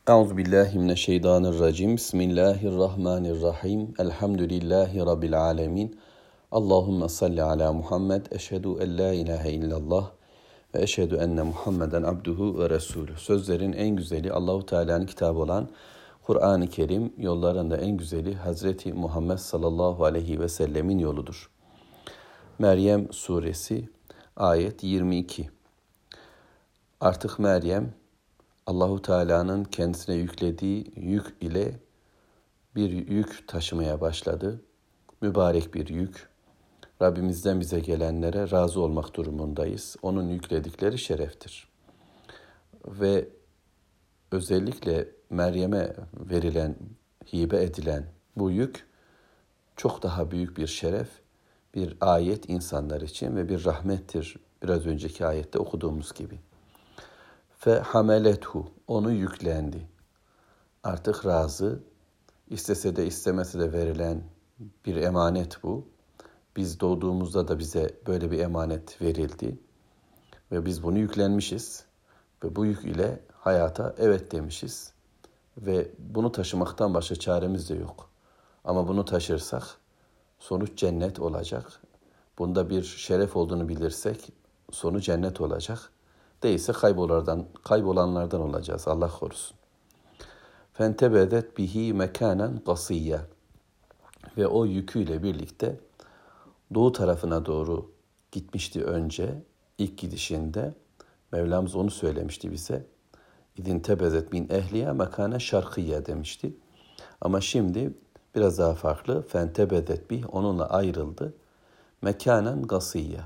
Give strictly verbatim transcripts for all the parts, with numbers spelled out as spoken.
Euzubillahimineşşeytanirracim. Bismillahirrahmanirrahim. Elhamdülillahi Rabbil alemin. Allahümme salli ala Muhammed. Eşhedü en la ilahe illallah ve eşhedü enne Muhammeden abduhu ve resulü. Sözlerin en güzeli Allahu Teala'nın kitabı olan Kur'an-ı Kerim, yollarında en güzeli Hazreti Muhammed sallallahu aleyhi ve sellemin yoludur. Meryem suresi ayet yirmi iki. Artık Meryem Allahu Teala'nın kendisine yüklediği yük ile bir yük taşımaya başladı. Mübarek bir yük. Rabbimizden bize gelenlere razı olmak durumundayız. Onun yükledikleri şereftir. Ve özellikle Meryem'e verilen, hibe edilen bu yük çok daha büyük bir şeref, bir ayet insanlar için ve bir rahmettir. Biraz önceki ayette okuduğumuz gibi. Fe hamelethu, onu yüklendi. Artık razı, istese de istemese de verilen bir emanet bu. Biz doğduğumuzda da bize böyle bir emanet verildi. Ve biz bunu yüklenmişiz. Ve bu yük ile hayata evet demişiz. Ve bunu taşımaktan başka çaremiz de yok. Ama bunu taşırsak sonuç cennet olacak. Bunda bir şeref olduğunu bilirsek sonu cennet olacak. Değilse kaybolardan, kaybolanlardan olacağız. Allah korusun. Fentebedet bihi mekanen qasiyya. Ve o yüküyle birlikte doğu tarafına doğru gitmişti önce. İlk gidişinde Mevlamız onu söylemişti bize. İdin tebezet min ehliye mekane şarkiyye demişti. Ama şimdi biraz daha farklı. Fentebedet bih, onunla ayrıldı. Mekanen qasiyya.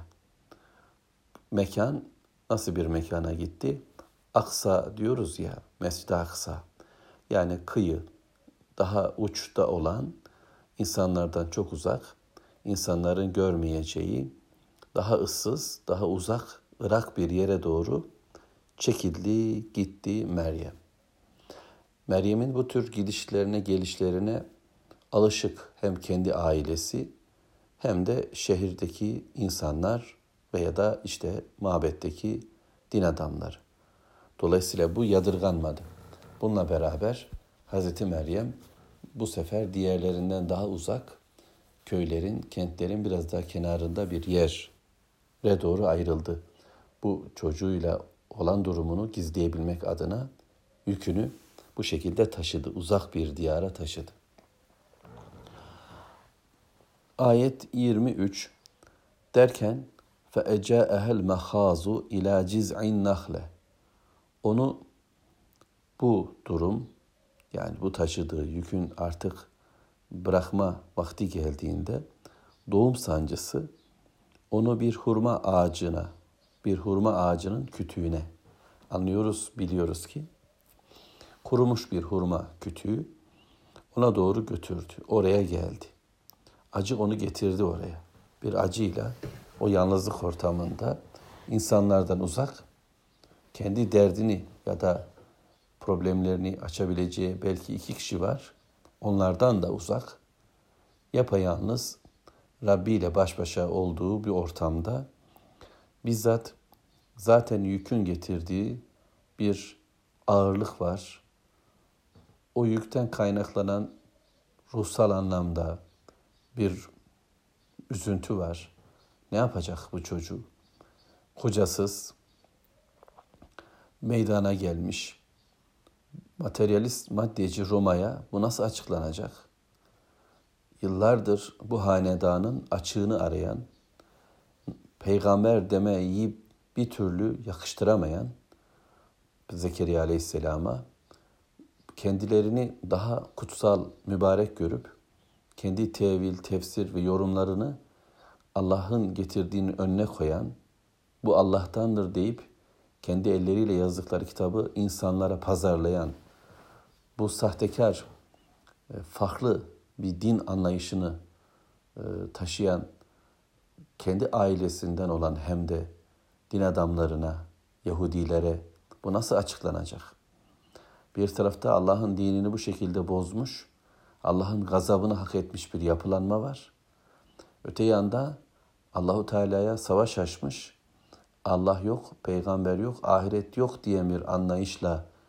Mekan, nasıl bir mekana gitti? Aksa diyoruz ya, Mescid-i Aksa. Yani kıyı, daha uçta olan, insanlardan çok uzak, insanların görmeyeceği, daha ıssız, daha uzak, ırak bir yere doğru çekildi, gitti Meryem. Meryem'in bu tür gidişlerine, gelişlerine alışık hem kendi ailesi hem de şehirdeki insanlar veya da işte mabetteki din adamları. Dolayısıyla bu yadırganmadı. Bununla beraber Hazreti Meryem bu sefer diğerlerinden daha uzak köylerin, kentlerin biraz daha kenarında bir yere doğru ayrıldı. Bu çocuğuyla olan durumunu gizleyebilmek adına yükünü bu şekilde taşıdı. Uzak bir diyara taşıdı. Ayet yirmi üç derken فَاَجَاءَهَا الْمَخَازُ اِلَى جِزْعِ النَّخْلَ. Onu bu durum, yani bu taşıdığı yükün artık bırakma vakti geldiğinde doğum sancısı onu bir hurma ağacına, bir hurma ağacının kütüğüne, anlıyoruz, biliyoruz ki kurumuş bir hurma kütüğü ona doğru götürdü, oraya geldi. Acı onu getirdi oraya. Bir acıyla o yalnızlık ortamında insanlardan uzak, kendi derdini ya da problemlerini açabileceği belki iki kişi var. Onlardan da uzak, yapayalnız Rabbi ile baş başa olduğu bir ortamda bizzat zaten yükün getirdiği bir ağırlık var. O yükten kaynaklanan ruhsal anlamda bir üzüntü var. Ne yapacak bu çocuğu? Kocasız, meydana gelmiş, materyalist, maddeci Roma'ya bu nasıl açıklanacak? Yıllardır bu hanedanın açığını arayan, peygamber demeyi bir türlü yakıştıramayan Zekeriya Aleyhisselam'a kendilerini daha kutsal, mübarek görüp kendi tevil, tefsir ve yorumlarını Allah'ın getirdiğini önüne koyan, bu Allah'tandır deyip kendi elleriyle yazdıkları kitabı insanlara pazarlayan, bu sahtekar, farklı bir din anlayışını taşıyan, kendi ailesinden olan hem de din adamlarına, Yahudilere bu nasıl açıklanacak? Bir tarafta Allah'ın dinini bu şekilde bozmuş, Allah'ın gazabını hak etmiş bir yapılanma var. Öte yanda Allahu Teala'ya savaş açmış, Allah yok, peygamber yok, ahiret yok diye bir anlayışla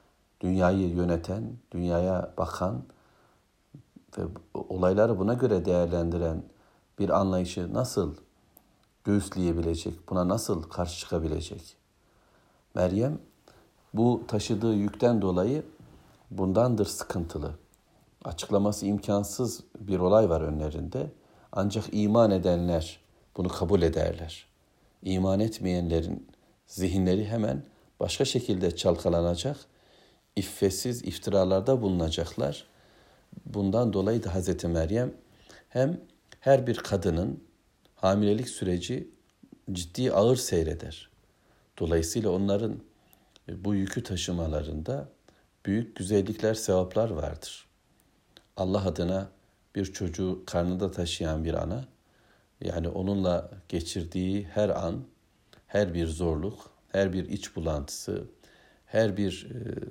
dünyayı yöneten, dünyaya bakan ve olayları buna göre değerlendiren bir anlayışı nasıl göğüsleyebilecek, buna nasıl karşı çıkabilecek? Meryem bu taşıdığı yükten dolayı bundandır sıkıntılı. Açıklaması imkansız bir olay var önlerinde. Ancak iman edenler bunu kabul ederler. İman etmeyenlerin zihinleri hemen başka şekilde çalkalanacak, iffetsiz iftiralarda bulunacaklar. Bundan dolayı da Hazreti Meryem hem her bir kadının hamilelik süreci ciddi ağır seyreder. Dolayısıyla onların bu yükü taşımalarında büyük güzellikler, sevaplar vardır. Allah adına bir çocuğu karnında taşıyan bir ana, yani onunla geçirdiği her an, her bir zorluk, her bir iç bulantısı, her bir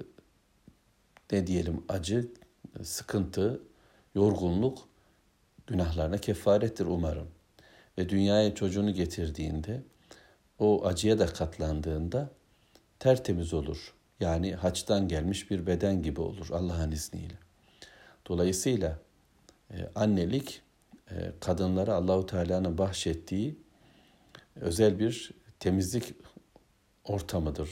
ne diyelim acı, sıkıntı, yorgunluk günahlarına kefarettir umarım. Ve dünyaya çocuğunu getirdiğinde, o acıya da katlandığında tertemiz olur. Yani haçtan gelmiş bir beden gibi olur Allah'ın izniyle. Dolayısıyla e, annelik e, kadınlara Allahu Teala'nın bahşettiği özel bir temizlik ortamıdır.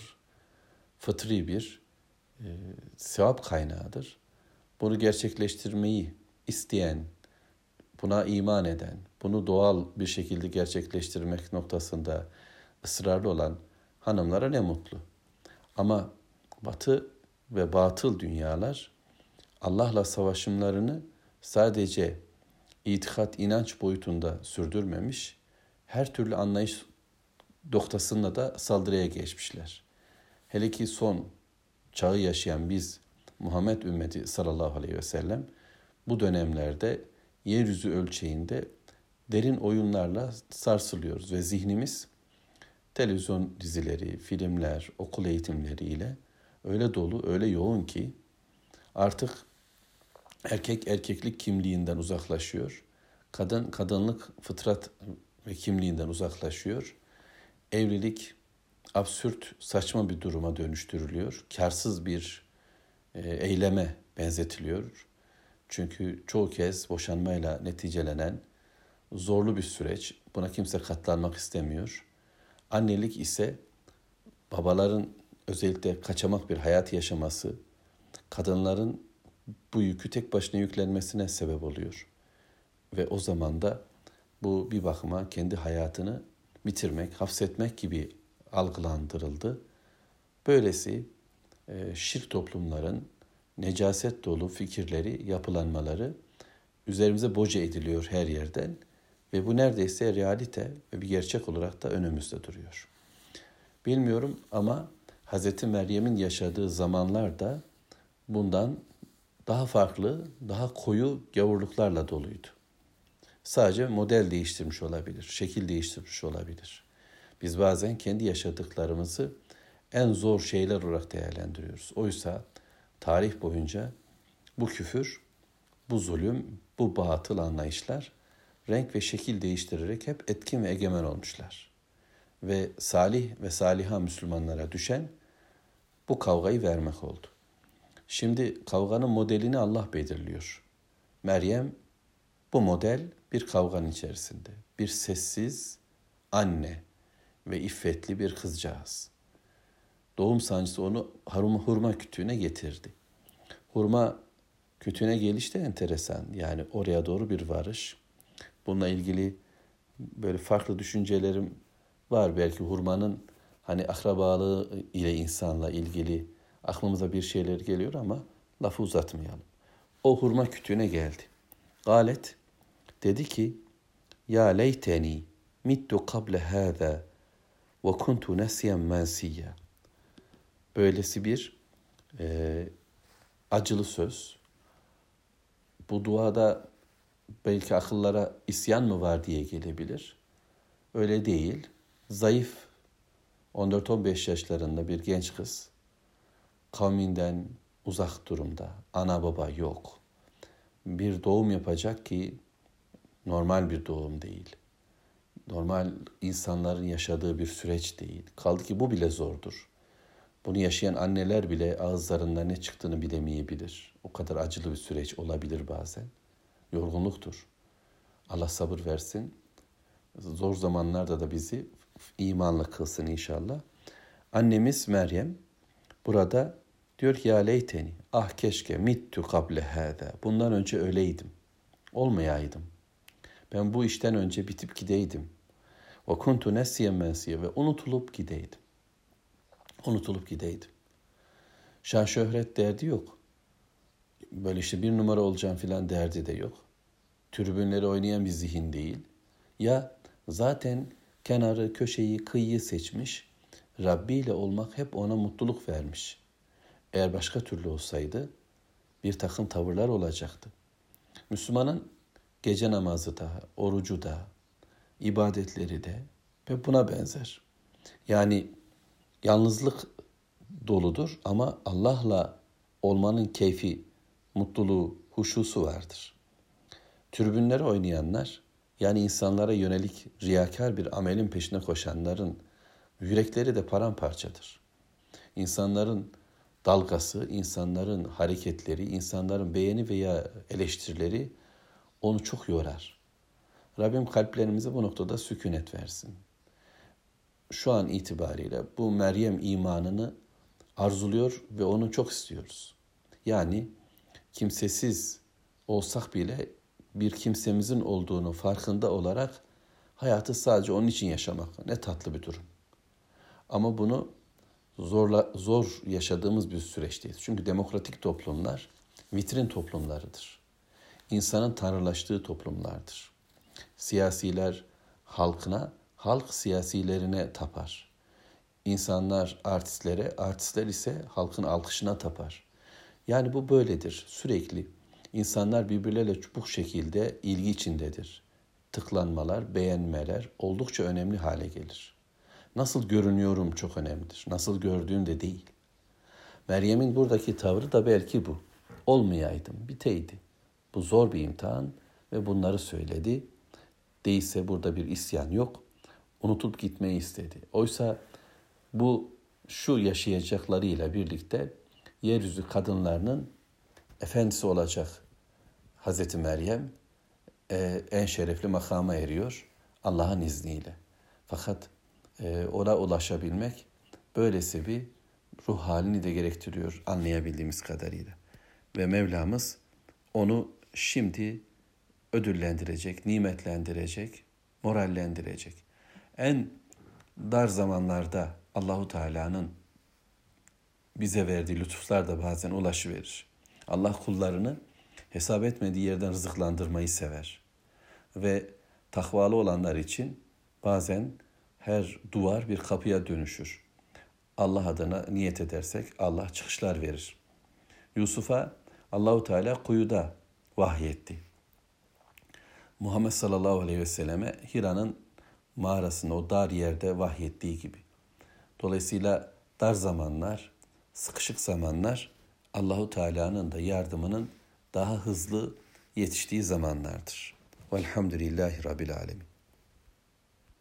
Fıtri bir e, sevap kaynağıdır. Bunu gerçekleştirmeyi isteyen, buna iman eden, bunu doğal bir şekilde gerçekleştirmek noktasında ısrarlı olan hanımlara ne mutlu. Ama batı ve batıl dünyalar Allah'la savaşımlarını sadece itikat, inanç boyutunda sürdürmemiş, her türlü anlayış noktasında da saldırıya geçmişler. Hele ki son çağı yaşayan biz, Muhammed ümmeti sallallahu aleyhi ve sellem, bu dönemlerde yeryüzü ölçeğinde derin oyunlarla sarsılıyoruz ve zihnimiz televizyon dizileri, filmler, okul eğitimleriyle öyle dolu, öyle yoğun ki artık erkek erkeklik kimliğinden uzaklaşıyor, kadın kadınlık fıtrat ve kimliğinden uzaklaşıyor, evlilik absürt, saçma bir duruma dönüştürülüyor, karsız bir e, eyleme benzetiliyor. Çünkü çoğu kez boşanmayla neticelenen zorlu bir süreç, buna kimse katlanmak istemiyor. Annelik ise babaların özellikle kaçamak bir hayat yaşaması, kadınların bu yükü tek başına yüklenmesine sebep oluyor. Ve o zaman da bu bir bakıma kendi hayatını bitirmek, hapsetmek gibi algılandırıldı. Böylesi e, şirk toplumların necaset dolu fikirleri, yapılanmaları üzerimize boca ediliyor her yerden. Ve bu neredeyse realite ve bir gerçek olarak da önümüzde duruyor. Bilmiyorum ama Hazreti Meryem'in yaşadığı zamanlar da bundan daha farklı, daha koyu gavurluklarla doluydu. Sadece model değiştirmiş olabilir, şekil değiştirmiş olabilir. Biz bazen kendi yaşadıklarımızı en zor şeyler olarak değerlendiriyoruz. Oysa tarih boyunca bu küfür, bu zulüm, bu batıl anlayışlar renk ve şekil değiştirerek hep etkin ve egemen olmuşlar. Ve salih ve saliha Müslümanlara düşen bu kavgayı vermek oldu. Şimdi kavganın modelini Allah belirliyor. Meryem bu model bir kavganın içerisinde. Bir sessiz anne ve iffetli bir kızcağız. Doğum sancısı onu hurma kütüğüne getirdi. Hurma kütüğüne geliş de enteresan. Yani oraya doğru bir varış. Bununla ilgili böyle farklı düşüncelerim var. Belki hurmanın hani akrabalığı ile insanla ilgili aklımıza bir şeyler geliyor ama lafı uzatmayalım. O hurma kütüğüne geldi. Galet dedi ki ya leyteni mittu kable hâzâ ve kuntu nesiyen mansiyya. Böylesi bir e, acılı söz. Bu duada belki akıllara isyan mı var diye gelebilir. Öyle değil. Zayıf on dört on beş yaşlarında bir genç kız, kavminden uzak durumda, ana baba yok. Bir doğum yapacak ki normal bir doğum değil. Normal insanların yaşadığı bir süreç değil. Kaldı ki bu bile zordur. Bunu yaşayan anneler bile ağızlarından ne çıktığını bilemeyebilir. O kadar acılı bir süreç olabilir bazen. Yorgunluktur. Allah sabır versin. Zor zamanlarda da bizi imanlı kılsın inşallah. Annemiz Meryem burada diyor ki ya leyteni, ah keşke mittu kable hâzâ. Bundan önce öleydim. Olmayaydım. Ben bu işten önce bitip gideydim. Ve kuntu nesiyen mensiye ve unutulup gideydim. Unutulup gideydim. Şan şöhret derdi yok. Böyle işte bir numara olacağım filan derdi de yok. Tribünleri oynayan bir zihin değil. Ya zaten kenarı, köşeyi, kıyıyı seçmiş. Rabbi ile olmak hep ona mutluluk vermiş. Eğer başka türlü olsaydı bir takım tavırlar olacaktı. Müslümanın gece namazı da, orucu da, ibadetleri de ve buna benzer. Yani yalnızlık doludur ama Allah'la olmanın keyfi, mutluluğu, huşusu vardır. Tribünleri oynayanlar, yani insanlara yönelik riyakar bir amelin peşine koşanların yürekleri de paramparçadır. İnsanların dalgası, insanların hareketleri, insanların beğeni veya eleştirileri onu çok yorar. Rabbim kalplerimize bu noktada sükunet versin. Şu an itibariyle bu Meryem imanını arzuluyor ve onu çok istiyoruz. Yani kimsesiz olsak bile bir kimsemizin olduğunu farkında olarak hayatı sadece onun için yaşamak ne tatlı bir durum. Ama bunu zorla, zor yaşadığımız bir süreçteyiz. Çünkü demokratik toplumlar vitrin toplumlarıdır. İnsanın tanrılaştığı toplumlardır. Siyasiler halkına, halk siyasilerine tapar. İnsanlar artistlere, artistler ise halkın alkışına tapar. Yani bu böyledir. Sürekli insanlar birbirleriyle bu şekilde ilgi içindedir. Tıklanmalar, beğenmeler oldukça önemli hale gelir. Nasıl görünüyorum çok önemlidir. Nasıl gördüğüm de değil. Meryem'in buradaki tavrı da belki bu. Olmayaydım, biteydi. Bu zor bir imtihan ve bunları söyledi. Değilse burada bir isyan yok. Unutup gitmeyi istedi. Oysa bu şu yaşayacaklarıyla birlikte yeryüzü kadınlarının efendisi olacak Hazreti Meryem e, en şerefli makama eriyor Allah'ın izniyle. Fakat e, ona ulaşabilmek böylesi bir ruh halini de gerektiriyor anlayabildiğimiz kadarıyla. Ve Mevlamız onu şimdi ödüllendirecek, nimetlendirecek, morallendirecek. En dar zamanlarda Allahu Teala'nın bize verdiği lütuflar da bazen ulaşıverir. Allah kullarını hesap etmediği yerden rızıklandırmayı sever. Ve takvalı olanlar için bazen her duvar bir kapıya dönüşür. Allah adına niyet edersek Allah çıkışlar verir. Yusuf'a Allahu Teala kuyuda vahyetti. Muhammed sallallahu aleyhi ve selleme Hira'nın mağarasında o dar yerde vahyettiği gibi. Dolayısıyla dar zamanlar, sıkışık zamanlar Allahu Teala'nın da yardımının daha hızlı yetiştiği zamanlardır. Velhamdülillahi Rabbil Alemin.